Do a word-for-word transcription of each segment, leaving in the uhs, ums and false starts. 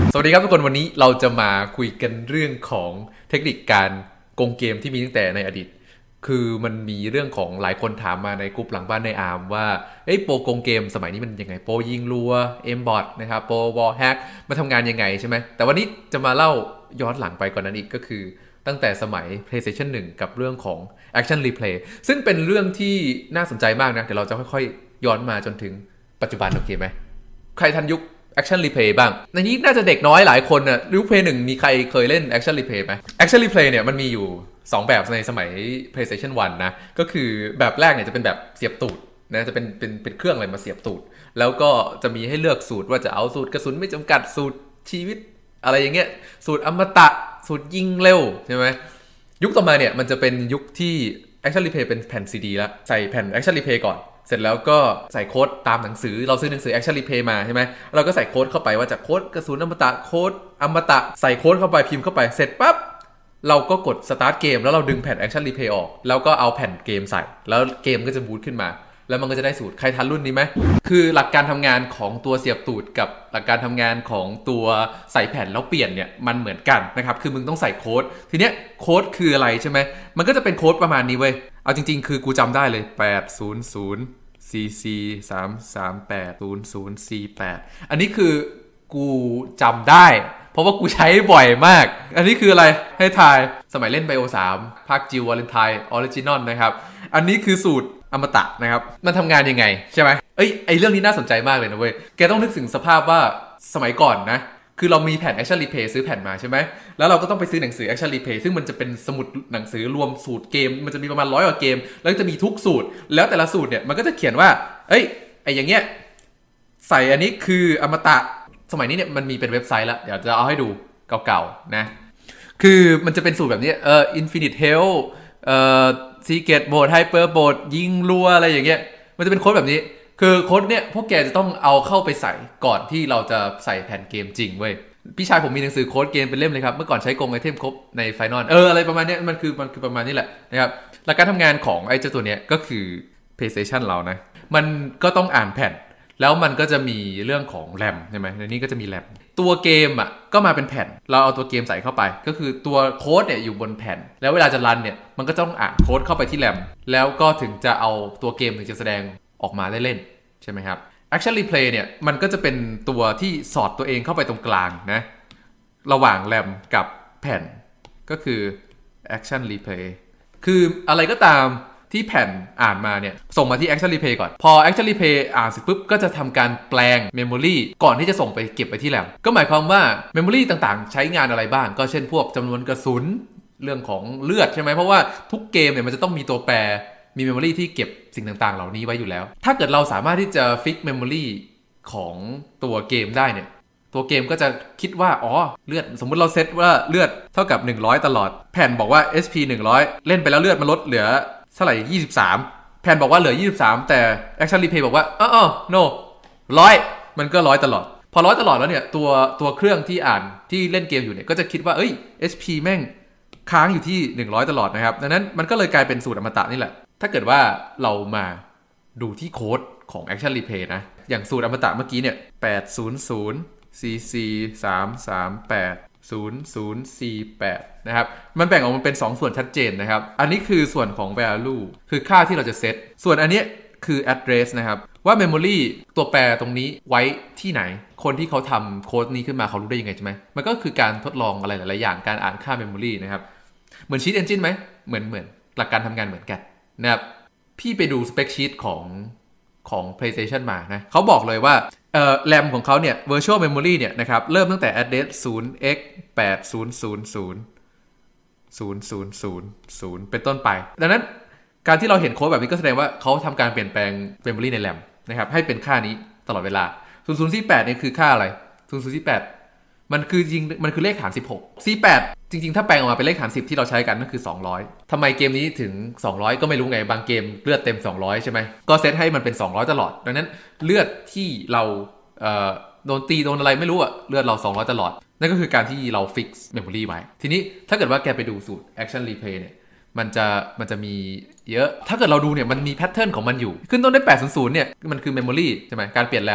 สวัสดีครับทุกคนวันนี้เราจะมาคุยกันเรื่องของเทคนิคการโกงเกมที่มีตั้งแต่ในอดีตคือมันมีเรื่องของหลายคนถามมาในกลุ่มหลังบ้านในอาร์มว่าเอ้ยโปรโกงเกมสมัยนี้มันยังไงโปรยิงรัวเอมบอทนะครับโปรวอลแฮกมันทำงานยังไงใช่ไหมแต่วันนี้จะมาเล่าย้อนหลังไปก่อนนั้นอีกก็คือตั้งแต่สมัย PlayStation หนึ่งกับเรื่องของ Action Replay ซึ่งเป็นเรื่องที่น่าสนใจมากนะเดี๋ยวเราจะค่อยๆย้อนมาจนถึงปัจจุบันโอเคไหมใครทันยุคAction Replay บ้างในนี้น่าจะเด็กน้อยหลายคนน่ะยุค Play หนึ่งมีใครเคยเล่น Action Replay ไหม Action Replay เนี่ยมันมีอยู่สองแบบในสมัย PlayStation วันนะก็คือแบบแรกเนี่ยจะเป็นแบบเสียบตูดนะจะเป็นเป็นเป็นเครื่องอะไรมาเสียบตูดแล้วก็จะมีให้เลือกสูตรว่าจะเอาสูตรกระสุนไม่จำกัดสูตรชีวิตอะไรอย่างเงี้ยสูตรอมตะสูตรยิงเร็วใช่ไหมยุคต่อมาเนี่ยมันจะเป็นยุคที่ Action Replay เป็นแผ่น ซี ดี แล้วใส่แผ่น Action Replay ก่อนเสร็จแล้วก็ใส่โค้ดตามหนังสือเราซื้อหนังสือ Action Replay มาใช่ไหมเราก็ใส่โค้ดเข้าไปว่าจากโค้ดกระสุนอมตะโค้ดอมตะใส่โค้ดเข้าไปพิมพ์เข้าไปเสร็จปั๊บเราก็กด start เกมแล้วเราดึงแผ่น Action Replay ออกแล้วก็เอาแผ่นเกมใส่แล้วเกมก็จะบูตขึ้นมาแล้วมันก็จะได้สูตรใครทันรุ่นนี้ไหมคือหลักการทำงานของตัวเสียบตูดกับหลักการทำงานของตัวใส่แผ่นแล้วเปลี่ยนเนี่ยมันเหมือนกันนะครับคือมึงต้องใส่โค้ดทีเนี้ยโค้ดคืออะไรใช่ไหมมันก็จะเป็นโค้ดประมาณนี้เว้ยเอาจริงๆคือกูจำได้เลยแปด ศูนย์ ศูนย์ ซี ซี สาม สาม แปด ศูนย์ ศูนย์ สี่ แปดอันนี้คือกูจำได้เพราะว่ากูใช้บ่อยมากอันนี้คืออะไรให้ทายสมัยเล่นไบโอสามภาคจิววาเลนไทน์ออริจินอลนะครับอันนี้คือสูตรอมตะนะครับมันทำงานยังไงใช่ไหมเอ้ยไอเรื่องนี้น่าสนใจมากเลยนะเว้ยแกต้องนึกถึงสภาพว่าสมัยก่อนนะคือเรามีแผ่น Action Replay ซื้อแผ่นมาใช่ไหมแล้วเราก็ต้องไปซื้อหนังสือ Action Replay ซึ่งมันจะเป็นสมุดหนังสือรวมสูตรเกมมันจะมีประมาณร้อยกว่าเกมแล้วจะมีทุกสูตรแล้วแต่ละสูตรเนี่ยมันก็จะเขียนว่าเอ้ยไออย่างเงี้ยใส่อันนี้คืออมตะสมัยนี้เนี่ยมันมีเป็นเว็บไซต์แล้วเดี๋ยวจะเอาให้ดูเก่าๆนะคือมันจะเป็นสูตรแบบนี้เออ Infinite Health เอ่อ Secret Mode Hyper Mode ยิงรัวอะไรอย่างเงี้ยมันจะเป็นโค้ดแบบนี้คือโค้ดเนี่ยพวกแกจะต้องเอาเข้าไปใส่ก่อนที่เราจะใส่แผ่นเกมจริงเว้ยพี่ชายผมมีหนังสือโค้ดเกมเป็นเล่มเลยครับเมื่อก่อนใช้กงไอเทมครบในไฟนอลเอออะไรประมาณนี้มันคือมันคือประมาณนี้แหละนะครับหลักการทำงานของไอ้เจ้าตัวเนี้ยก็คือ PlayStation เรานะมันก็ต้องอ่านแผ่นแล้วมันก็จะมีเรื่องของแรมใช่ไหมในนี้ก็จะมีแรมตัวเกมอ่ะก็มาเป็นแผ่นเราเอาตัวเกมใส่เข้าไปก็คือตัวโค้ดเนี่ยอยู่บนแผ่นแล้วเวลาจะรันเนี่ยมันก็ต้องอ่านโค้ดเข้าไปที่แรมแล้วก็ถึงจะเอาตัวเกมถึงจะแสดงออกมาได้เล่นใช่ไหมครับ Action Replay เนี่ยมันก็จะเป็นตัวที่สอดตัวเองเข้าไปตรงกลางนะระหว่างแรมกับแผ่นก็คือ Action Replay คืออะไรก็ตามที่แผ่นอ่านมาเนี่ยส่งมาที่ Action Replay ก่อนพอ Action Replay อ่านเสร็จปุ๊บก็จะทำการแปลง Memory ก่อนที่จะส่งไปเก็บไปที่แรมก็หมายความว่า Memory ต่างๆใช้งานอะไรบ้างก็เช่นพวกจำนวนกระสุนเรื่องของเลือดใช่ไหมเพราะว่าทุกเกมเนี่ยมันจะต้องมีตัวแปรมี Memory ที่เก็บสิ่งต่างๆเหล่านี้ไว้อยู่แล้วถ้าเกิดเราสามารถที่จะ fix Memory ของตัวเกมได้เนี่ยตัวเกมก็จะคิดว่าอ๋อเลือดสมมุติเราเซตว่าเลือดเท่ากับหนึ่งร้อยตลอดแผ่นบอกว่า เอส พี หนึ่งร้อยเล่นไปแล้วเลือดมันลดเหลือเท่าไหร่ยี่สิบสามแผ่นบอกว่าเหลือยี่สิบสามแต่ Action Replay บอกว่าอ๋อ no หนึ่งร้อยมันก็หนึ่งร้อยตลอดพอหนึ่งร้อยตลอดแล้วเนี่ยตัวตัวเครื่องที่อ่านที่เล่นเกมอยู่เนี่ยก็จะคิดว่าเอ้ย เอช พี แม่งค้างอยู่ที่หนึ่งร้อยตลอดนะครับดังนั้นมันก็เลยกลายเป็นสูตรอมตะนี่แหละถ้าเกิดว่าเรามาดูที่โค้ดของ Action Replay นะอย่างสูตรอมตะเมื่อกี้เนี่ยแปด ศูนย์ ศูนย์ ซี ซี สาม สาม แปด ศูนย์ ศูนย์ สี่ แปดนะครับมันแบ่งออกมาเป็นสองส่วนชัดเจนนะครับอันนี้คือส่วนของ value คือค่าที่เราจะเซตส่วนอันนี้คือ address นะครับว่า memory ตัวแปรตรงนี้ไว้ที่ไหนคนที่เขาทำโค้ดนี้ขึ้นมาเขารู้ได้ยังไงใช่ไหมมันก็คือการทดลองอะไรหลายๆอย่างการอ่านค่า memory นะครับเหมือน cheat engine ไหมเหมือนเหมือนหลักการทำงานเหมือนกันนะครับพี่ไปดู spec sheet ของของ PlayStation มานะเขาบอกเลยว่าเอ่อ RAM ของเขาเนี่ย virtual memory เนี่ยนะครับเริ่มตั้งแต่ address ศูนย์ เอ็กซ์ แปด ศูนย์ ศูนย์ ศูนย์ ศูนย์ ศูนย์ ศูนย์ ศูนย์เป็นต้นไปดังนั้นการที่เราเห็นโค้ดแบบนี้ก็แสดงว่าเขาทำการเปลี่ยนแปลง memory ใน RAM นะครับให้เป็นค่านี้ตลอดเวลาศูนย์ ศูนย์ สี่ แปดนี่คือค่าอะไรศูนย์ ศูนย์ สี่ แปดมันคือจริงมันคือเลขฐานสิบหก สี่ แปดจริงๆถ้าแปลงออกมาเป็นเลขฐานสิบที่เราใช้กันนั่นคือสองร้อยทำไมเกมนี้ถึงสองร้อยก็ไม่รู้ไงบางเกมเลือดเต็มสองร้อยใช่ไหมก็เซตให้มันเป็นสองร้อยตลอดดังนั้นเลือดที่เราเอ่อโดนตีโดนอะไรไม่รู้อะเลือดเราสองร้อยตลอดนั่นก็คือการที่เรา fix memory ไว้ทีนี้ถ้าเกิดว่าแกไปดูสูตร Action Replay เนี่ยมันจะมันจะมีเยอะถ้าเกิดเราดูเนี่ยมันมีแพทเทิร์นของมันอยู่ขึ้นต้นด้วยแปดศูนย์ ศูนย์เนี่ยมันคือ memory ใช่ไหมการเปลี่ยนแรม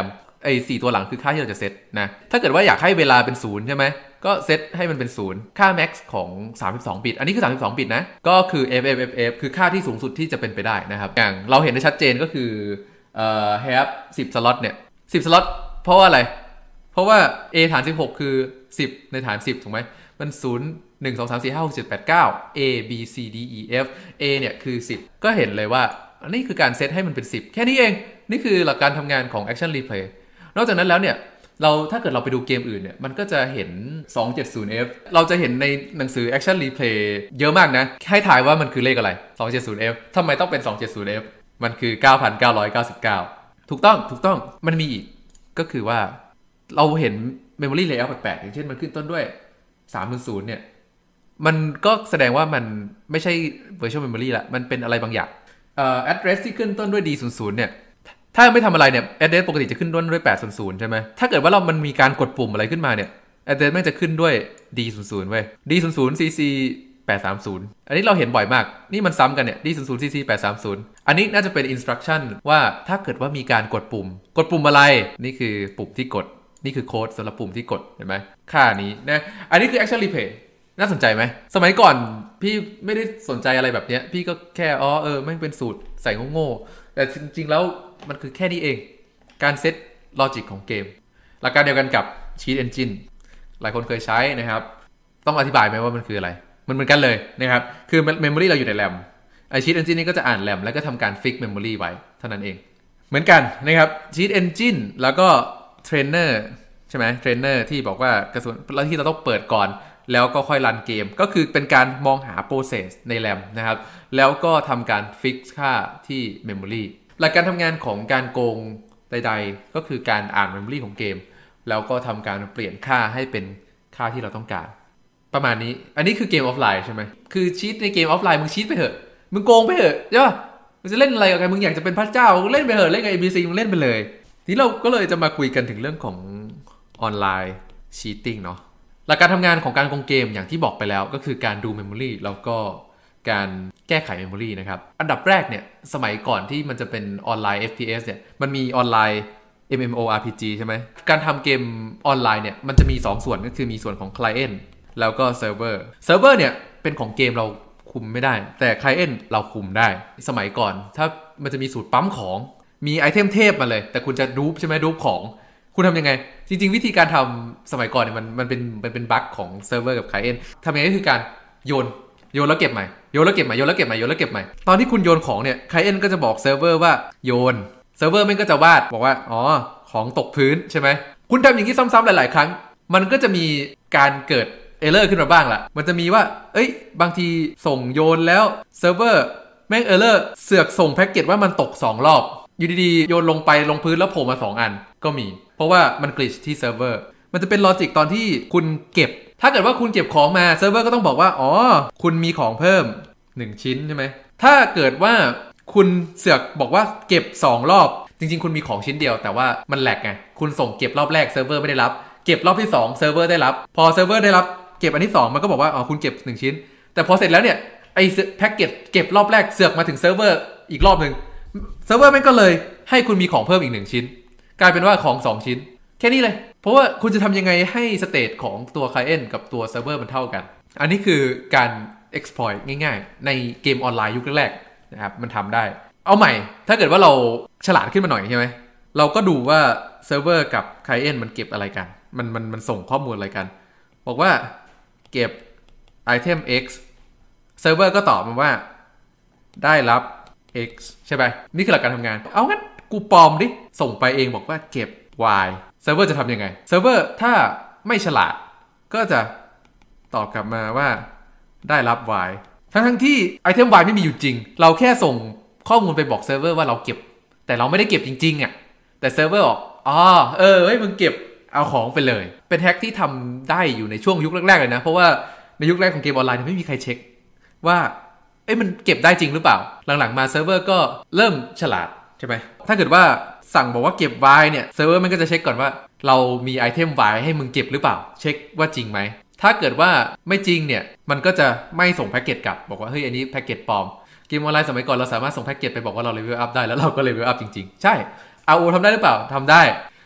ไอ้สี่ตัวหลังคือค่าที่เราจะเซตนะถ้าเกิดว่าอยากให้เวลาเป็นศูนย์ใช่ไหมก็เซตให้มันเป็นศูนย์ค่า max ของสามสิบสองบิตอันนี้คือสามสิบสองบิตนะก็คือ เอฟ เอฟ เอฟ เอฟ คือค่าที่สูงสุดที่จะเป็นไปได้นะครับอย่างเราเห็นได้ชัดเจนก็คือเอ่อ have สิบสล็อตเนี่ยสิบสล็อตเพราะว่าอะไรเพราะว่า a ฐานสิบหกคือสิบในฐานสิบถูกไหมมันศูนย์ หนึ่ง สอง สาม สี่ ห้า หก เจ็ด แปด เก้า a b c d e f a เนี่ยคือสิบก็เห็นเลยว่าอันนี้คือการเซตให้มันเป็นสิบแค่นี้เองนี่คือหลักการทำงานของ action replay นอกจากนั้นแล้วเนี่ยเราถ้าเกิดเราไปดูเกมอื่นเนี่ยมันก็จะเห็น สองเจ็ดศูนย์ เอฟ เราจะเห็นในหนังสือ action replay เยอะมากนะให้ถ่ายว่ามันคือเลขอะไร สองเจ็ดศูนย์ เอฟ ทำไมต้องเป็น สองเจ็ดศูนย์ เอฟ มันคือ เก้าพันเก้าร้อยเก้าสิบเก้า ถูกต้องถูกต้องมันมีอีกก็คือว่าเราเห็น memory layout แปลกๆอย่างเช่นมันขึ้นต้นด้วยสามพันเนี่ยมันก็แสดงว่ามันไม่ใช่ virtual memory ละมันเป็นอะไรบางอย่างเอ่อ address ที่ขึ้นต้นด้วย ดี ศูนย์ ศูนย์ เนี่ยถ้าไม่ทำอะไรเนี่ย address ปกติจะขึ้นต้นด้วยแปดศูนย์ศูนย์ใช่ไหมถ้าเกิดว่าเรามันมีการกดปุ่มอะไรขึ้นมาเนี่ย address มันจะขึ้นด้วย ดี ศูนย์ ศูนย์ เว้ย ดี ศูนย์ ศูนย์ ซี ซี แปดสามศูนย์อันนี้เราเห็นบ่อยมากนี่มันซ้ำกันเนี่ย ดี ศูนย์ ศูนย์ ซี ซี แปดสามศูนย์อันนี้น่าจะเป็น instruction ว่าถ้าเกิดว่ามีการกดปุ่มกดปุ่มอะไรนี่คือปุ่มที่กดนี่คือโค้ดสำหรับปุ่มที่กดเห็นไหมค่านี้นะอันนี้คือ action replay น่าสนใจไหมสมัยก่อนพี่ไม่ได้สนใจอะไรแบบนี้พี่ก็แค่อ๋อเออไม่เป็นสูตรใส่โง่ๆแต่จริงๆแล้วมันคือแค่นี้เองการเซตลอจิกของเกมหลักการเดียวกันกับ Cheat Engine หลายคนเคยใช้นะครับต้องอธิบายไหมว่ามันคืออะไรมันเหมือนกันเลยนะครับคือ memory เราอยู่ใน RAM ไอ Cheat Engine นี่ก็จะอ่าน RAM แล้วก็ทำการ fix memory ไว้เท่านั้นเองเหมือนกันนะครับ Cheat Engine แล้วก็ Trainer ใช่ไหม Trainer ที่บอกว่ากระสุนแล้วที่เราต้องเปิดก่อนแล้วก็ค่อยรันเกมก็คือเป็นการมองหา process ใน RAM นะครับแล้วก็ทำการ fix ค่าที่ memory หลักการทำงานของการโกงใดๆก็คือการอ่าน memory ของเกมแล้วก็ทำการเปลี่ยนค่าให้เป็นค่าที่เราต้องการประมาณนี้อันนี้คือเกมออฟไลน์ใช่ไหมคือชีตในเกมออฟไลน์มึงชีตไปเถอะมึงโกงไปเถอะใช่ป่ะมึงจะเล่นอะไรกับใครมึงอยากจะเป็นพระเจ้าเล่นไปเถอะเล่นกับ เอ บี ซี มึงเล่นไปเลยทีนี้เราก็เลยจะมาคุยกันถึงเรื่องของออนไลน์ชีตติ้งเนาะหลักการทำงานของการโกงเกมอย่างที่บอกไปแล้วก็คือการดู memory แล้วก็การแก้ไข memory นะครับอันดับแรกเนี่ยสมัยก่อนที่มันจะเป็นออนไลน์ เอฟ พี เอส เนี่ยมันมีออนไลน์ เอ็ม เอ็ม โอ อาร์ พี จี ใช่ไหมการทำเกมออนไลน์เนี่ยมันจะมีสองส่วนก็คือมีส่วนของ client แล้วก็เซิร์ฟเวอร์เซิร์ฟเวอร์เนี่ยเป็นของเกมเราคุมไม่ได้แต่ client เราคุมได้สมัยก่อนถ้ามันจะมีสูตรปั๊มของมีไอเทมเทพมาเลยแต่คุณจะดูปใช่ไหมดูปของคุณทำยังไงจริงๆวิธีการทำสมัยก่อนเนี่ยมันมันเป็นมันเป็นบั๊กของเซิร์ฟเวอร์กับ client ทำยังไงก็คือการโยนโยนแล้วเก็บใหม่โยนแล้วเก็บใหม่โยนแล้วเก็บใหม่โยนแล้วเก็บใหม่ตอนที่คุณโยนของเนี่ย client ก็จะบอกเซิร์ฟเวอร์ว่าโยนเซิร์ฟเวอร์มันก็จะวาดบอกว่าอ๋อของตกพื้นใช่ไหมคุณทำอย่างนี้ซ้ำๆหลายๆครั้งมันก็จะมีการเกิดเออร์เลอร์ขึ้นมาบ้างละมันจะมีว่าเอ้ยบางทีส่งโยนแล้วเซิร์ฟเวอร์แม่งเออร์เลอร์เสือกส่งแพ็กเกจว่ามันตกสองรอบอยู่ดีๆโยนลงไปลงพื้นแล้วโผล่มาสองอันก็มีเพราะว่ามันกลิชที่เซิร์ฟเวอร์มันจะเป็นลอจิกตอนที่คุณเก็บถ้าเกิดว่าคุณเก็บของมาเซิร์ฟเวอร์ก็ต้องบอกว่าอ๋อคุณมีของเพิ่มหนึ่งชิ้นใช่ไหมถ้าเกิดว่าคุณเสือกบอกว่าเก็บสองรอบจริงๆคุณมีของชิ้นเดียวแต่ว่ามันแหลกไงคุณส่งเก็บรอบแรกเซิร์ฟเวอร์ไม่ได้รับเก็บรอบที่สองเซิร์ฟเวอร์ได้รับพอเซิร์ฟเวอร์ได้รับเก็บอันที่สองมันก็บอกว่าอ๋อคุณเก็บหนึ่งชิ้นแต่พอเสร็จแล้วเนี่ยไอ้แพ็กเกจเก็บรอบแรกเสือกมาถึงเซิร์ฟเวอร์อีกรอบนึงเซิร์ฟเวอร์มันก็เลยให้คุณมีของเพิ่มอีกหนึ่งชิ้นกลายเป็นว่าของสองชิ้นแค่นี้เลยเพราะว่าคุณจะทำยังไงให้สเตทของตัว client กับตัวเซิร์ฟเวอร์มันเท่ากันอันนี้คือการ exploit ง่ายๆในเกมออนไลน์ยุคแรกๆนะครับมันทำได้เอาใหม่ถ้าเกิดว่าเราฉลาดขึ้นมาหน่อยใช่ไหมเราก็ดูว่าเซิร์ฟเวอร์กับ client มันเก็บอะไรกันมันมันมันส่งข้อมูลอะไรกันบอกว่าเก็บไอเทม x เซิร์ฟเวอร์ก็ตอบมาว่าได้รับ x ใช่ไหมนี่คือหลักการทำงานเอางั้นกูปลอมดิส่งไปเองบอกว่าเก็บ y เซิร์ฟเวอร์จะทำยังไงเซิร์ฟเวอร์ถ้าไม่ฉลาดก็จะตอบกลับมาว่าได้รับ y ทั้งทั้งที่ไอเทม y ไม่มีอยู่จริงเราแค่ส่งข้อมูลไปบอกเซิร์ฟเวอร์ว่าเราเก็บแต่เราไม่ได้เก็บจริงๆอ่ะแต่เซิร์ฟเวอร์บอกอ๋อเออเฮ้ยมึงเก็บเอาของไปเลยเป็นแฮกที่ทำได้อยู่ในช่วงยุคแรกๆเลยนะเพราะว่าในยุคแรกของเกมออนไลน์ไม่มีใครเช็คว่าเอ้ยมันเก็บได้จริงหรือเปล่าหลังๆมาเซิร์ฟเวอร์ก็เริ่มฉลาดใช่ไหมถ้าเกิดว่าสั่งบอกว่าเก็บ y เนี่ยเซิร์ฟเวอร์มันก็จะเช็คก่อนว่าเรามีไอเทม y ให้มึงเก็บหรือเปล่าเช็คว่าจริงไหมถ้าเกิดว่าไม่จริงเนี่ยมันก็จะไม่ส่งแพ็กเกจกลับบอกว่าเฮ้ยอันนี้แพ็กเกจปลอมเกมออนไลน์สมัยก่อนเราสามารถส่งแพ็กเกจไปบอกว่าเราเลเวลอัพได้แล้วเราก็เลเวลอัพจริงๆใช่ อาร์ โอ ทำได้หรือเปล่าทำได้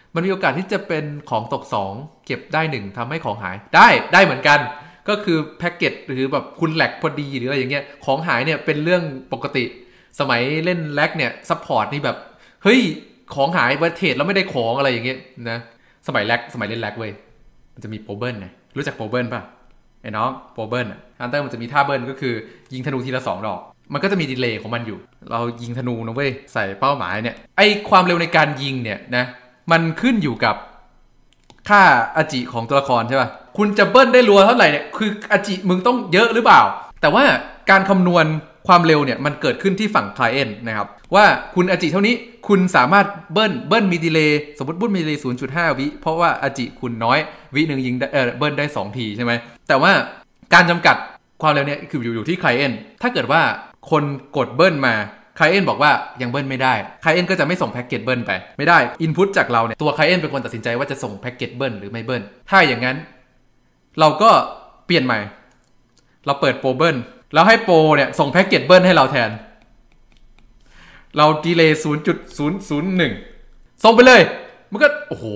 มันมีโอกาสที่จะเป็นของตกสองเก็บได้หนึ่งทำให้ของหายได้ได้เหมือนกันก็คือแพ็กเกจหรือแบบคุณแลกพอดีหรืออะไรอย่างเงี้ยของหายเนี่ยเป็นเรื่องปกติสมัยเล่นแลกเนี่ยซัพพอร์ตนี่แบบเฮ้ยของหายวันเทรดแล้วไม่ได้ของอะไรอย่างเงี้ยนะสมัยแลกสมัยเล่นแลกเว้ยมันจะมีโปรเบิลนะรู้จักโปรเบิลป่ะไอ้น้องโปรเบิลอ่ะฮันเตอร์มันจะมีท่าเบิลก็คือยิงธนูทีละสองดอกมันก็จะมีดีเลย์ของมันอยู่เรายิงธนูนะเว้ยใส่เป้าหมายเนี่ยไอความเร็วในการยิงเนี่ยนะมันขึ้นอยู่กับค่าอาจิของตัวละครใช่ป่ะคุณจะเบิ้ลได้รัวเท่าไหร่เนี่ยคืออาจิมึงต้องเยอะหรือเปล่าแต่ว่าการคำนวณความเร็วเนี่ยมันเกิดขึ้นที่ฝั่ง client นะครับว่าคุณอาจิเท่านี้คุณสามารถเบิ้ลเบิ้ลมีดีเลย์สมมติเบิ้ลมีดีเลย์ ศูนย์จุดห้า วิเพราะว่าอาจิคุณน้อยวินึงยิงเออเบิ้ลได้สองทีใช่ไหมแต่ว่าการจำกัดความเร็วเนี่ยคืออยู่อยู่ที่ client ถ้าเกิดว่าคนกดเบิ้ลมาไคลเอนบอกว่ายังเบิ้ลไม่ได้ไคลเอนก็จะไม่ส่งแพ็กเกจเบิ้ลไปไม่ได้อินพุตจากเราเนี่ยตัวไคลเอนเป็นคนตัดสินใจว่าจะส่งแพ็กเกจเบิ้ลหรือไม่เบิ้ลถ้าอย่างนั้นเราก็เปลี่ยนใหม่เราเปิดโปรเบิ้ลแล้วให้โปรเนี่ยส่งแพ็กเกจเบิ้ลให้เราแทนเราดีเลย์ ศูนย์จุดศูนย์ศูนย์หนึ่ง ส่งไปเลยมันก็โอ้โห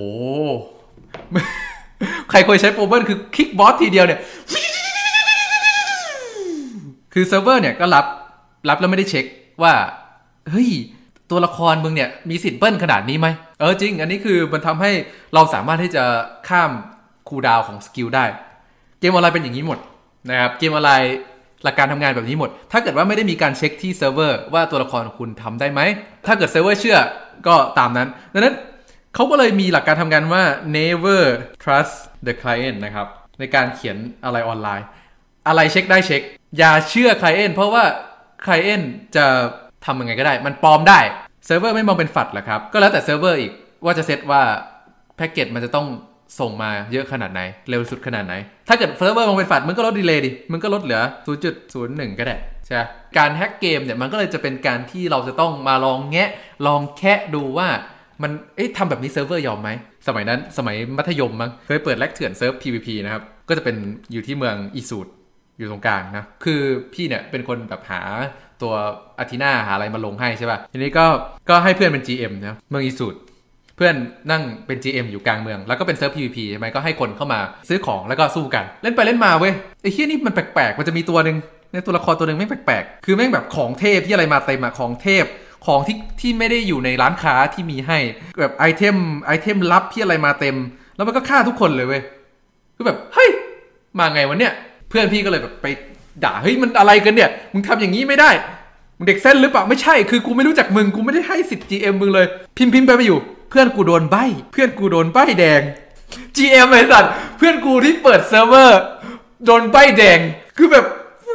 ใครเคยใช้โปรเบิ้ลคือคลิกบอสทีเดียวเนี่ยคือเซิร์ฟเวอร์เนี่ยก็รับรับแล้วไม่ได้เช็คว่าเฮ้ยตัวละครมึงเนี่ยมีสิทธิ์เบิ้ลขนาดนี้ไหมเออจริงอันนี้คือมันทำให้เราสามารถที่จะข้ามคูลดาวน์ของสกิลได้เกมออนไลน์เป็นอย่างนี้หมดนะครับเกมออนไลน์หลักการทำงานแบบนี้หมดถ้าเกิดว่าไม่ได้มีการเช็คที่เซิร์ฟเวอร์ว่าตัวละครคุณทำได้ไหมถ้าเกิดเซิร์ฟเวอร์เชื่อก็ตามนั้นดังนั้นเขาก็เลยมีหลักการทำงานว่า never trust the client นะครับในการเขียนอะไรออนไลน์อะไรเช็คได้เช็คอย่าเชื่อ client เพราะว่าไคลเอนต์จะทำยังไงก็ได้มันปลอมได้เซิร์ฟเวอร์ไม่มองเป็นฝัดหรอครับก็แล้วแต่เซิร์ฟเวอร์อีกว่าจะเซตว่าแพ็กเกจมันจะต้องส่งมาเยอะขนาดไหนเร็วสุดขนาดไหนถ้าเกิดเซิร์ฟเวอร์มองเป็นฝัดมึงก็ลดดีเลย์ดิมึงก็ลดเหลือ ศูนย์จุดศูนย์หนึ่ง ก็ได้ใช่การแฮกเกมเนี่ยมันก็เลยจะเป็นการที่เราจะต้องมาลองแงะลองแคะดูว่ามันเอ๊ะทำแบบนี้เซิร์ฟเวอร์ยอมไหมสมัยนั้นสมัยมัธยมมั้งเคยเปิดแลกเถื่อนเซิร์ฟ พี วี พี นะครับก็จะเป็นอยู่ที่เมืองอิสูดอยู่ตรงกลางนะคือพี่เนี่ยเป็นคนแบบหาตัวอาทิน่าหาอะไรมาลงให้ใช่ป่ะทีนี้ก็ก็ให้เพื่อนเป็น จี เอ็ม นะเมืองอิสูดเพื่อนนั่งเป็น จี เอ็ม อยู่กลางเมืองแล้วก็เป็นเซิร์ฟ พี วี พี ใช่ไหมก็ให้คนเข้ามาซื้อของแล้วก็สู้กันเล่นไปเล่นมาเว้ยไอ้เหี้ยนี่มันแปลกๆมันจะมีตัวนึงในตัวละครตัวนึงไม่แปลกๆคือแม่งแบบของเทพที่อะไรมาเต็มอะของเทพของที่ที่ไม่ได้อยู่ในร้านค้าที่มีให้แบบไอเทมไอเทมลับที่อะไรมาเต็มแล้วมันก็ฆ่าทุกคนเลยเว้ยคือแบบเฮ้ยมาไงวะเนี่ยเพื่อนพี่ก็เลยแบบไปด่าเฮ้ยมันอะไรกันเนี่ยมึงทำอย่างนี้ไม่ได้มึงเด็กเส้นหรือเปล่าไม่ใช่คือกูไม่รู้จักมึงกูไม่ได้ให้สิทธิ์ จี เอ็ม มึงเลยพิมพ์พิมพ์ไปไปอยู่เพื่อนกูโดนใบ้เพื่อนกูโดนใบ้แดง จี เอ็ม ไอ้สัตว์เพื่อนกูที่เปิดเซิร์ฟเวอร์โดนใบ้แดงคือแบบ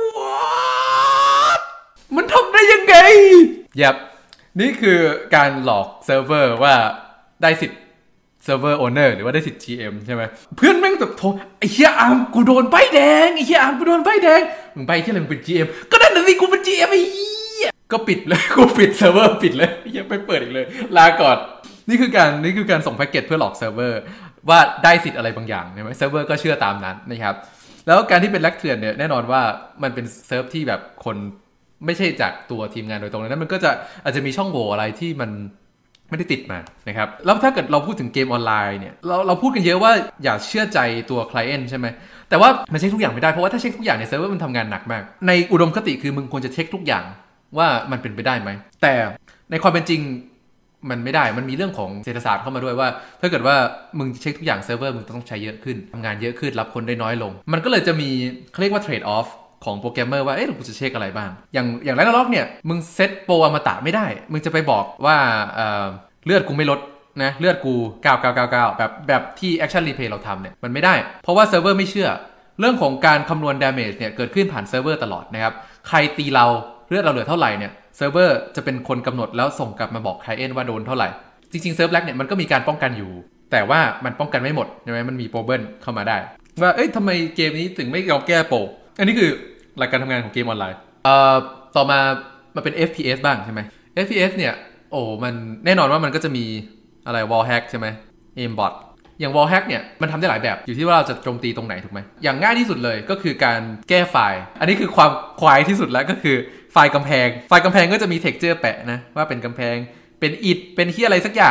what มันทำได้ยังไงยับนี่คือการหลอกเซิร์ฟเวอร์ว่าได้สิทธิ์เซิร์ฟเวอร์โอเนอร์หรือว่าได้สิทธิ์ จี เอ็ม ใช่ไหมเพื่อนแม่งแบบโทรไอ้เหี้ยอาร์มกูโดนใบแดงไอ้เหี้ยอาร์มกูโดนใบแดงมึงใบที่อะไรมึงเป็น จี เอ็ม ก็นั่นน่ะสิกูเป็น จี เอ็ม ไอ้เหี้ยก็ปิดเลยกูปิดเซิร์ฟเวอร์ปิดเลยยังไม่เปิดอีกเลยลาก่อนนี่คือการนี่คือการส่งแพ็กเกจเพื่อหลอกเซิร์ฟเวอร์ว่าได้สิทธิ์อะไรบางอย่างใช่ไหมเซิร์ฟเวอร์ก็เชื่อตามนั้นนะครับแล้วการที่เป็นแลกเถื่อนเนี่ยแน่นอนว่ามันเป็นเซิร์ฟที่แบบคนไม่ใช่จากตัวทีมงานโดยตรงนั้นมันก็จะอาจจะมีช่องโหว่อะไรที่มันไม่ได้ติดมานะครับแล้วถ้าเกิดเราพูดถึงเกมออนไลน์เนี่ยเราเราพูดกันเยอะว่าอย่าเชื่อใจตัว client ใช่ไหมแต่ว่ามันเช็คทุกอย่างไม่ได้เพราะว่าถ้าเช็คทุกอย่างเนี่ยเซิร์ฟเวอร์มันทำงานหนักมากในอุดมคติคือมึงควรจะเช็คทุกอย่างว่ามันเป็นไปได้ไหมแต่ในความเป็นจริงมันไม่ได้มันมีเรื่องของเศรษฐศาสตร์เข้ามาด้วยว่าถ้าเกิดว่ามึงเช็คทุกอย่างเซิร์ฟเวอร์มึงต้องใช้เยอะขึ้นทำงานเยอะขึ้นรับคนได้น้อยลงมันก็เลยจะมีเขาเรียกว่า trade offของโปรแกรมเมอร์ว่าเอ๊ะกูจะเช็คอะไรบ้างอย่างอย่างแรกล็อกเนี่ยมึงเซตโปรอมตะไม่ได้มึงจะไปบอกว่าเอ่อเลือดกูไม่ลดนะเลือดกูเก้า เก้า เก้า เก้าแบบแบบที่ Action Replay เราทำเนี่ยมันไม่ได้เพราะว่าเซิร์ฟเวอร์ไม่เชื่อเรื่องของการคำนวณ damage เนี่ยเกิดขึ้นผ่านเซิร์ฟเวอร์ตลอดนะครับใครตีเราเลือดเราเหลือเท่าไหร่เนี่ยเซิร์ฟเวอร์จะเป็นคนกำหนดแล้วส่งกลับมาบอก client ว่าโดนเท่าไหร่จริงๆเซิร์ฟแล็กเนี่ยมันก็มีการป้องกันอยู่แต่ว่ามันป้องกันไม่หมดใช่ไหมมันมีโปรเบิลเข้ามาได้ว่าเอ้ยทำไมเกมนี้ถึงไม่ยอมแก้โปรอันนี้คือหลักการทำงานของเกมออนไลน์เอ่อต่อมามาเป็น เอฟ พี เอส บ้างใช่ไหม เอฟ พี เอส เนี่ยโอ้มันแน่นอนว่ามันก็จะมีอะไร wall hack ใช่ไหม aimbot อย่าง wall hack เนี่ยมันทำได้หลายแบบอยู่ที่ว่าเราจะโจมตีตรงไหนถูกไหมอย่างง่ายที่สุดเลยก็คือการแก้ไฟล์อันนี้คือความควายที่สุดแล้วก็คือไฟล์กำแพงไฟล์กำแพงก็จะมี texture แปะนะว่าเป็นกำแพงเป็นอิฐเป็นที่อะไรสักอย่าง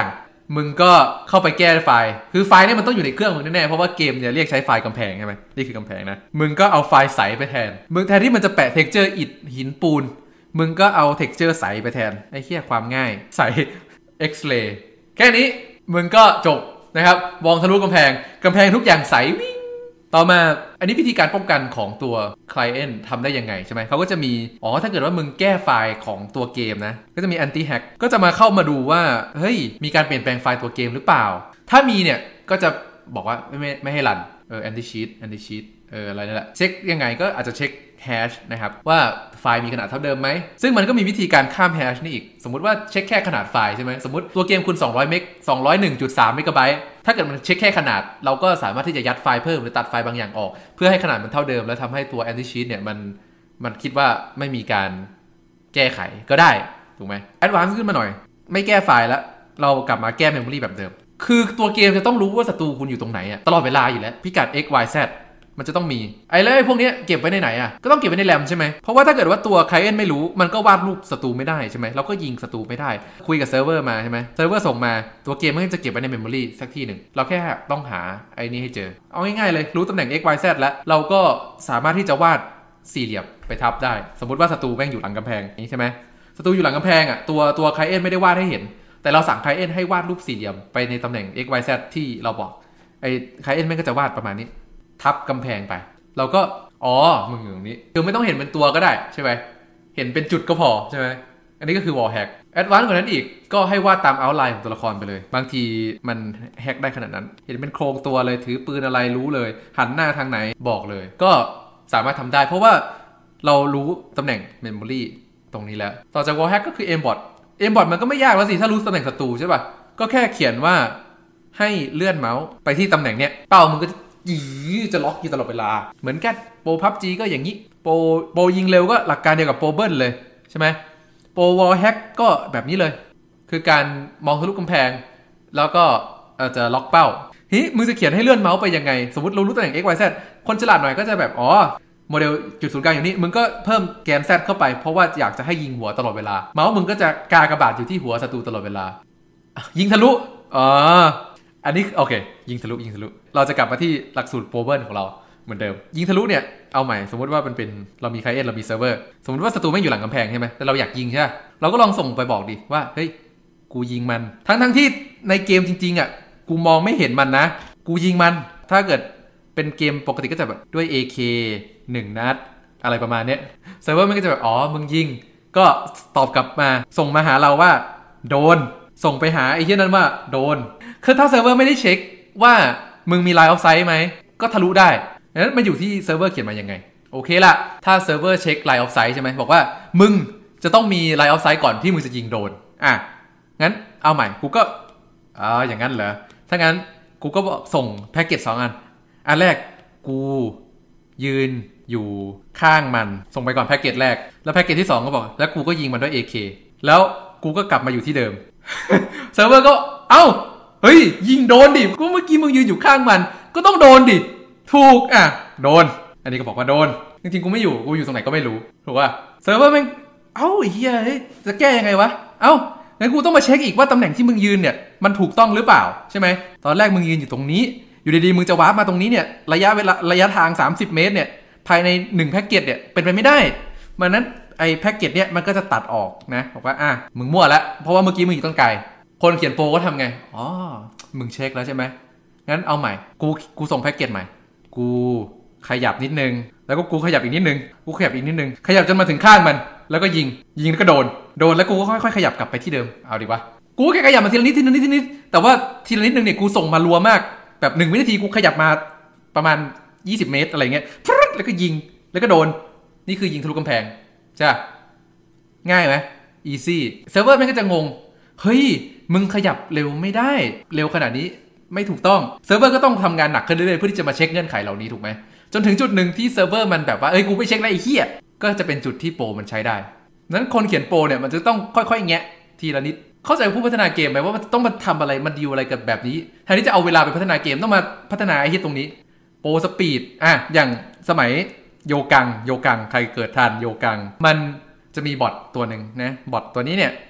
มึงก็เข้าไปแก้ไฟล์คือไฟล์เนี่ยมันต้องอยู่ในเครื่องมึงแน่ๆเพราะว่าเกมเนี่ยเรียกใช้ไฟล์กำแพงใช่ไหมนี่คือกำแพงนะมึงก็เอาไฟล์ใสไปแทนมึงแทนที่มันจะแปะเท็กเจอร์อิฐหินปูนมึงก็เอาเท็กเจอร์ใสไปแทนไอ้เหี้ยความง่ายใสเอ็กซเรย์แค่นี้มึงก็จบนะครับมองทะลุกำแพงกำแพงทุกอย่างใสวิ่งต่อมาอันนี้วิธีการป้องกันของตัว Client ทำได้ยังไงใช่ไหมเขาก็จะมีอ๋อถ้าเกิดว่ามึงแก้ไฟล์ของตัวเกมนะก็จะมี anti hack ก็จะมาเข้ามาดูว่าเฮ้ยมีการเปลี่ยนแปลงไฟล์ตัวเกมหรือเปล่าถ้ามีเนี่ยก็จะบอกว่าไม่ไม่ไม่ให้รันเออ anti cheat anti cheat เอออะไรนั่นแหละเช็คยังไงก็อาจจะเช็คแฮชนะครับว่าไฟล์มีขนาดเท่าเดิมไหมซึ่งมันก็มีวิธีการข้ามแฮชนี่อีกสมมุติว่าเช็คแค่ขนาดไฟล์ใช่ไหมสมมติตัวเกมคุณสองร้อยเมกสองร้อยเอ็ดจุดสามเมกะไบต์ถ้าเกิดมันเช็คแค่ขนาดเราก็สามารถที่จะยัดไฟล์เพิ่มหรือตัดไฟล์บางอย่างออกเพื่อให้ขนาดมันเท่าเดิมแล้วทำให้ตัว anti cheat เนี่ยมันมันคิดว่าไม่มีการแก้ไขก็ได้ถูกไหม advance ขึ้นมาหน่อยไม่แก้ไฟล์แล้วเรากลับมาแก้ memory แบบเดิมคือตัวเกมจะต้องรู้ว่าศัตรูคุณอยู่ตรงไหนอะตลอดเวลาอยู่แล้วพิกัด x y zมันจะต้องมีไอ้แล้วไอ้พวกนี้เก็บไว้ในไหนอ่ะก็ต้องเก็บไว้ในแรมใช่ไหมเพราะว่าถ้าเกิดว่าตัว Client ไม่รู้มันก็วาดรูปศัตรูไม่ได้ใช่ไหมเราก็ยิงศัตรูไม่ได้คุยกับเซิร์ฟเวอร์มาใช่ไหมเซิร์ฟเวอร์ส่งมาตัวเกมมันจะเก็บไว้ในเมมโมรีสักที่หนึ่งเราแค่ต้องหาไอ้นี้ให้เจอเอาง่ายๆเลยรู้ตำแหน่ง x y z แล้วเราก็สามารถที่จะวาดสี่เหลี่ยมไปทับได้สมมติว่าศัตรูแม่งอยู่หลังกำแพงนี้ใช่ไหมศัตรูอยู่หลังกำแพงอ่ะตัวตัว Client ไม่ได้วาดให้เห็นแต่เราสั่ง Client ให้วาดรูปสี่เหลี่ยมไปในตำแหน่ง x y z ที่เราบอกไอ้ Client แม่งก็จะวาดประมาณนี้ทับกำแพงไปเราก็อ๋อมึงอยู่ตรงนี้คือไม่ต้องเห็นเป็นตัวก็ได้ใช่ไหมเห็นเป็นจุดก็พอใช่ไหมอันนี้ก็คือ wall hack advance กว่านั้นอีกก็ให้วาดตาม outline ของตัวละครไปเลยบางทีมันแฮกได้ขนาดนั้นเห็นเป็นโครงตัวเลยถือปืนอะไรรู้เลยหันหน้าทางไหนบอกเลยก็สามารถทำได้เพราะว่าเรารู้ตำแหน่ง memory ตรงนี้แล้วต่อจาก wall hack ก็คือ aimbot aimbot มันก็ไม่ยากแล้วสิถ้ารู้ตำแหน่งศัตรูใช่ป่ะก็แค่เขียนว่าให้เลื่อนเมาส์ไปที่ตำแหน่งเนี้ยเป้ามึงก็ยีจะล็อกอยู่ตลอดเวลาเหมือนกันโปร พับจี ก็อย่างนี้โปรโปรยิงเร็วก็หลักการเดียวกับโปรเบิลเลยใช่ไหมโปรวอลแฮกก็แบบนี้เลยคือการมองทะลุกำแพงแล้วก็อาจจะล็อกเป้าเฮ้ยมึงจะเขียนให้เลื่อนเมาส์ไปยังไงสมมติเรารู้ตำแหน่ง x y z คนฉลาดหน่อยก็จะแบบอ๋อโมเดลจุดศูนย์กลางอย่างนี้มึงก็เพิ่มแกน z เข้าไปเพราะว่าอยากจะให้ยิงหัวตลอดเวลาเมาส์มึงก็จะกากระบาดอยู่ที่หัวศัตรูตลอดเวลายิงทะลุอ๋ออันนี้โอเคยิงทะลุยิงทะลุเราจะกลับมาที่หลักสูตรโปรเบิลของเราเหมือนเดิมยิงทะลุเนี่ยเอาใหม่สมมติว่ามันเป็นเรามี Client เรามีเซิร์ฟเวอร์สมมติว่าศัตรูไม่อยู่หลังกำแพงใช่ไหมแต่เราอยากยิงใช่ไหมเราก็ลองส่งไปบอกดิว่าเฮ้ยกูยิงมันทั้งทั้งที่ในเกมจริงๆอ่ะกูมองไม่เห็นมันนะกูยิงมันถ้าเกิดเป็นเกมปกติก็จะแบบด้วย เอ เค หนึ่งนัดอะไรประมาณเนี้ยเซิร์ฟเวอร์มันก็จะแบบอ๋อมึงยิงก็ตอบกลับมาส่งมาหาเราว่าโดนส่งไปหาไอ้เหี้ยนั้นว่าโดนคือถ้าเซิร์ฟเวอร์ไม่ได้เช็คว่ามึงมี line of sight ไหมก็ทะลุได้ดังนั้นมันอยู่ที่เซิร์ฟเวอร์เขียนมายังไงโอเคละถ้าเซิร์ฟเวอร์เช็ค line of sight ใช่ไหมบอกว่ามึงจะต้องมี line of sight ก่อนที่มึงจะยิงโดนอ่ะงั้นเอาใหม่กูก็อ๋ออย่างนั้นเหรอถ้างั้นกูก็ส่งแพ็กเกจสองอันอันแรกกูยืนอยู่ข้างมันส่งไปก่อนแพ็กเกจแรกแล้วแพ็กเกจที่สองก็บอกแล้วกูก็ยิงมันด้วย เอ เค แล้วกูก็กลับมาอยู่ที่เดิม เซิร์ฟเวอร์ก็เอ้าเฮ้ยยิงโดนดิกูเมื่อกี้มึงยืนอยู่ข้างมันก็ต้องโดนดิถูกอ่ะโดนอันนี้ก็บอกว่าโดนจริงๆกูไม่อยู่กูอยู่ตรงไหนก็ไม่รู้ถูกป่ะเซิร์ฟเวอร์แม่งเอ้าไอ้เหี้ยจะแก้ยังไงวะเอ้างั้นกูต้องมาเช็คอีกว่าตำแหน่งที่มึงยืนเนี่ยมันถูกต้องหรือเปล่าใช่ไหมตอนแรกมึงยืนอยู่ตรงนี้อยู่ดีๆมึงจะวาร์ปมาตรงนี้เนี่ยระยะเวลาระยะทางสามสิบเมตรเนี่ยภายในหนึ่งแพ็กเกจเนี่ยเป็นไปไม่ได้มันนั้นไอ้แพ็กเกจเนี่ยมันก็จะตัดออกนะบอกว่าอ่ะมึงมั่วแล้วเพราะว่าเมื่อกี้มึงอยู่ต้นไกลคนเขียนโปรก็ทำไงอ๋อมึงเช็คแล้วใช่ไหมงั้นเอาใหม่กูกูส่งแพ็กเกจใหม่กูขยับนิดนึงแล้วก็กูขยับอีกนิดนึงกูขยับอีกนิดนึงขยับจนมาถึงข้างมันแล้วก็ยิงยิงแล้วก็โดนโดนแล้วกูก็ค่อยๆขยับกลับไปที่เดิมเอาดีวะกูแค่ขยับมาทีละนิดทีละนิดทีละนิดแต่ว่าทีละนิดนึงเนี่ยกูส่งมารัวมากแบบหนึ่งวินาทีกูขยับมาประมาณยี่สิบเมตรอะไรเงี้ยแล้วก็ยิงแล้วก็โดนนี่คือยิงทะลุกำแพงใช่ง่ายไหม easy เซิร์ฟเวอร์มันก็จะงงเฮ้ยมึงขยับเร็วไม่ได้เร็วขนาดนี้ไม่ถูกต้องเซิร์ฟเวอร์ก็ต้องทำงานหนักขึ้นเรื่อยๆเพื่อที่จะมาเช็คเงื่อนไขเหล่านี้ถูกไหมจนถึงจุดหนึ่งที่เซิร์ฟเวอร์มันแบบว่าเอ้ยกูไม่เช็คแล้วไอ้เหี้ยก็จะเป็นจุดที่โปรมันใช้ได้นั้นคนเขียนโปรเนี่ยมันจะต้องค่อยๆแงะทีละนิดเข้าใจผู้พัฒนาเกมไหมว่ามันต้องมาทำอะไรมันดีลอะไรกับแบบนี้แทนที่จะเอาเวลาไปพัฒนาเกมต้องมาพัฒนาไอ้เหี้ยตรงนี้โปรสปีดอ่ะอย่างสมัยโยกังโยกังใครเกิดทันโยกังมันจะมีบอทตัวหนึ่งนะบอทตัวนี้เนี่ย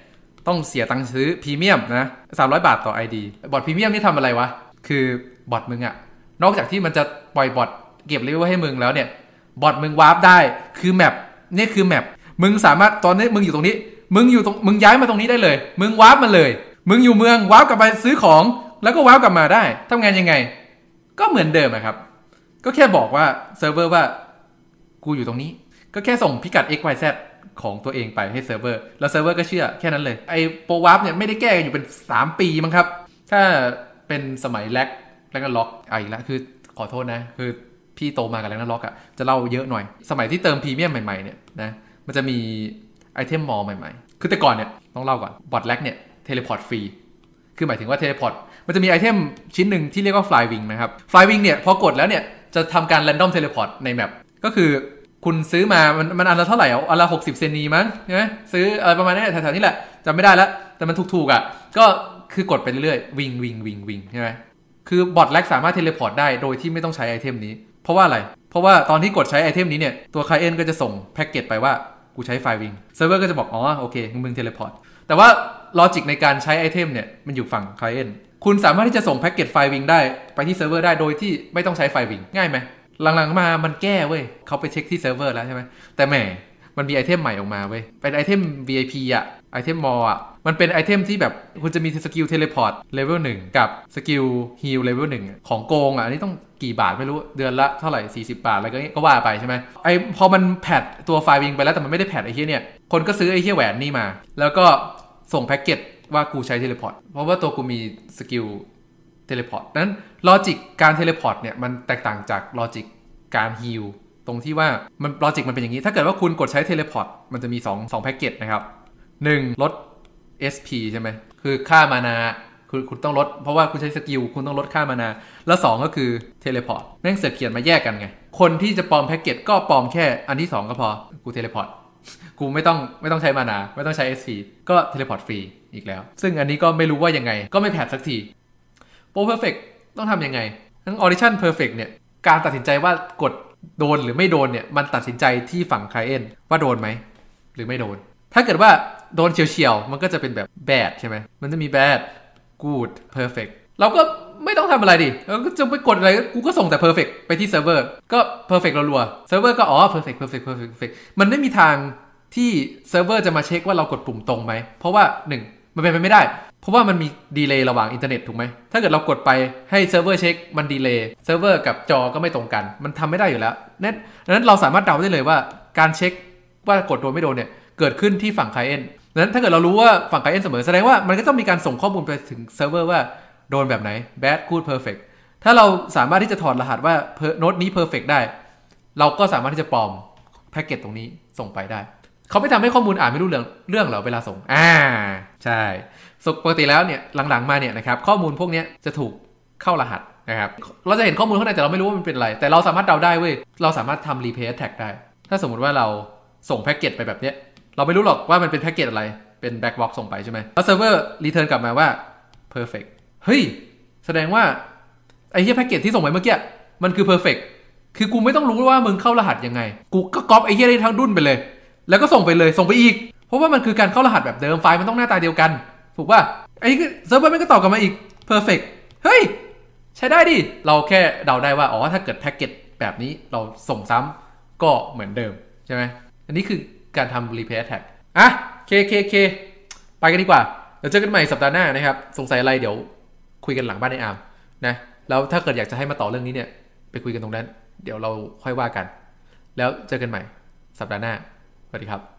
ต้องเสียตังค์ซื้อพรีเมียมนะสามร้อยบาทต่อ ไอ ดี บอทพรีเมียมนี่ทำอะไรวะคือบอทมึงอะนอกจากที่มันจะปล่อยบอทเก็บเลเวลให้มึงแล้วเนี่ยบอทมึงวาร์ปได้คือแมปนี่คือแมปมึงสามารถตอนนี้มึงอยู่ตรงนี้มึงอยู่ตรงมึงย้ายมาตรงนี้ได้เลยมึงวาร์ปมาเลยมึงอยู่เมืองวาร์ปกลับไปซื้อของแล้วก็วาร์ปกลับมาได้ทำงานยังไงก็เหมือนเดิมครับก็แค่บอกว่าเซิร์ฟเวอร์ว่ากูอยู่ตรงนี้ก็แค่ส่งพิกัด x y z ของตัวเองไปให้เซิร์ฟเวอร์แล้วเซิร์ฟเวอร์ก็เชื่อแค่นั้นเลยไอ้โปรวาร์ปเนี่ยไม่ได้แก้กันอยู่เป็นสามปีมั้งครับถ้าเป็นสมัยแล็กแล้วก็ล็อกไอ้ละคือขอโทษนะคือพี่โตมากับแล็กนันล็อกอะจะเล่าเยอะหน่อยสมัยที่เติมพรีเมียมใหม่ๆเนี่ยนะมันจะมีไอเทมมอลใหม่ๆคือแต่ก่อนเนี่ยต้องเล่าก่อนบอทแล็กเนี่ยเทเลพอร์ตฟรีคือหมายถึงว่าเทเลพอร์ตมันจะมีไอเทมชิ้นหนึ่งที่เรียกว่าฟลายวิงนะครับฟลายวิงเนี่ยพอกดแล้วเนี่ยจะทำการแรนดอมเทเลพอร์ตในแมปก็คือคุณซื้อมามันมันอันละเท่าไหร่อ่ะอันละหกสิบเซนนีมั้งใช่ไหมซื้ออะไรประมาณนี้แถวๆนี้แหละจำไม่ได้แล้วแต่มันถูกๆอ่ะก็คือกดไปเรื่อยๆวิงวิงวิงวิงใช่ไหมคือบอทแล็กสามารถเทเลพอร์ตได้โดยที่ไม่ต้องใช้ไอเทมนี้เพราะว่าอะไรเพราะว่าตอนที่กดใช้ไอเทมนี้เนี่ยตัวไคลเอนต์ก็จะส่งแพ็กเกจไปว่ากูใช้ไฟวิงเซิร์ฟเวอร์ก็จะบอกอ๋อโอเคมึงเทเลพอร์ตแต่ว่าลอจิกในการใช้ไอเทมเนี่ยมันอยู่ฝั่งไคลเอนต์คุณสามารถที่จะส่งแพ็กเกจไฟวิงได้ไปที่เซิร์ฟเวอร์ได้โดยที่ไม่ต้องใช้ไฟวิงง่ายไหมหลังๆมามันแก้เว้ยเขาไปเช็คที่เซิร์ฟเวอร์แล้วใช่ไหมแต่แหมมันมีไอเทมใหม่ออกมาเว้ยเป็นไอเทม วี ไอ พี อ่ะไอเทมมอลอ่ะมันเป็นไอเทมที่แบบคุณจะมีสกิลเทเลพอร์ตเลเวลหนึ่งกับสกิลฮีลเลเวลหนึ่งของโกงอ่ะอันนี้ต้องกี่บาทไม่รู้เดือนละเท่าไหร่สี่สิบบาทอะไรก็ก็ว่าไปใช่ไหมไอพอมันแพทตัวไฟวิงไปแล้วแต่มันไม่ได้แพทไอเฮียเนี่ยคนก็ซื้อไอเฮียแหวนนี่มาแล้วก็ส่งแพ็กเกจว่ากูใช้เทเลพอร์ตเพราะว่าตัวกูมีสกิลเทเลพอร์ตนั้นลอจิกการเทเลพอร์ตเนี่ยมันแตกต่างจากลอจิกการฮีลตรงที่ว่ามันลอจิกมันเป็นอย่างนี้ถ้าเกิดว่าคุณกดใช้เทเลพอร์ตมันจะมี2 2แพ็กเกจนะครับหนึ่งลด เอส พี ใช่ไหมคือค่ามานาคุณคุณต้องลดเพราะว่าคุณใช้สกิลคุณต้องลดค่ามานาแล้วสองก็คือเทเลพอร์ตแม่งเสือกเขียนมาแยกกันไงคนที่จะปลอมแพ็กเกจก็ปลอมแค่อันที่สองก็พอกูเทเลพอร์ตกูไม่ต้องไม่ต้องใช้มานาไม่ต้องใช้ เอส พี ก็เทเลพอร์ตฟรีอีกแล้วซึ่งอันนี้ก็ไม่รู้ว่ายังไงก็ไม่แพทสักทีโปรเพอร์เฟกต์ต้องทำยังไงทั้งออดิชั่นเพอร์เฟกต์เนี่ยการตัดสินใจว่ากดโดนหรือไม่โดนเนี่ยมันตัดสินใจที่ฝั่งไคลเอนต์ว่าโดนไหมหรือไม่โดนถ้าเกิดว่าโดนเฉียวๆมันก็จะเป็นแบบ bad ใช่ไหมมันจะมี bad good perfect เราก็ไม่ต้องทำอะไรดิเราก็จะไปกดอะไรกูก็ส่งแต่ perfect ไปที่เซิร์ฟเวอร์ก็ perfect รัวๆเซิร์ฟเวอร์ก็อ๋อ perfect perfect perfect perfect มันไม่มีทางที่เซิร์ฟเวอร์จะมาเช็คว่าเรากดปุ่มตรงไหมเพราะว่าหนึ่งมันเป็นไปไม่ได้เพราะว่ามันมีดีเลย์ระหว่างอินเทอร์เน็ตถูกไหมถ้าเกิดเรากดไปให้เซิร์ฟเวอร์เช็คมันดีเลย์เซิร์ฟเวอร์กับจอก็ไม่ตรงกันมันทำไม่ได้อยู่แล้วนั้นนั้นเราสามารถเดาได้เลยว่าการเช็คว่ากดโดนไม่โดนเนี่ยเกิดขึ้นที่ฝั่งไคลเอนต์นั้นถ้าเกิดเรารู้ว่าฝั่งไคลเอนต์เสมอแสดงว่ามันก็ต้องมีการส่งข้อมูลไปถึงเซิร์ฟเวอร์ว่าโดนแบบไหน bad good perfect ถ้าเราสามารถที่จะถอดรหัสว่าโน้ตนี้ perfect ได้เราก็สามารถที่จะปลอมแพ็กเกจตรงนี้ส่งไปได้เขาไม่ทำให้ข้อมูลอ่านไม่รู้เรื่องเรื่องเหรอเวลาส่งอ่าใช่ปกติแล้วเนี่ยหลังๆมาเนี่ยนะครับข้อมูลพวกนี้จะถูกเข้ารหัสนะครับเราจะเห็นข้อมูลข้างในแต่เราไม่รู้ว่ามันเป็นอะไรแต่เราสามารถเดาได้เว้ยเราสามารถทำ replay attack ได้ถ้าสมมติว่าเราส่งแพ็กเกจไปแบบเนี้ยเราไม่รู้หรอกว่ามันเป็นแพ็กเกจอะไรเป็น black box ส่งไปใช่ไหมแล้วเซิร์ฟเวอร์ return กลับมาว่า perfect เฮ้ยแสดงว่าไอ้เหี้ยแพ็กเกจที่ส่งไปเมื่อกี้มันคือ perfect คือกูไม่ต้องรู้ว่ามึงเข้ารหัสยังไงกูก็ก๊อปไอ้เหี้ยได้ทั้งดุ้นไปเลยแล้วก็ส่งไปเลยส่งไปอีกเพราะว่ามันคือการเข้ารหัสแบบเดิมไฟล์มันต้องหน้าตาเดียวกันถูกป่ะไอ้เซิร์ฟเวอร์มันก็ตอบกลับมาอีก perfect เฮ้ยใช้ได้ดิเราแค่เดาได้ว่าอ๋อถ้าเกิดแพ็กเกจแบบนี้เราส่งซ้ำก็เหมือนเดิมใช่ไหมอันนี้คือการทำ replay attack อ่ะเคเคเคไปกันดีกว่าเดี๋ยวเจอกันใหม่สัปดาห์หน้านะครับสงสัยอะไรเดี๋ยวคุยกันหลังบ้านในอาร์มนะแล้วถ้าเกิดอยากจะให้มาต่อเรื่องนี้เนี่ยไปคุยกันตรงนั้นเดี๋ยวเราค่อยว่ากันแล้วเจอกันใหม่สัปดาห์หน้าสวัสดีครับ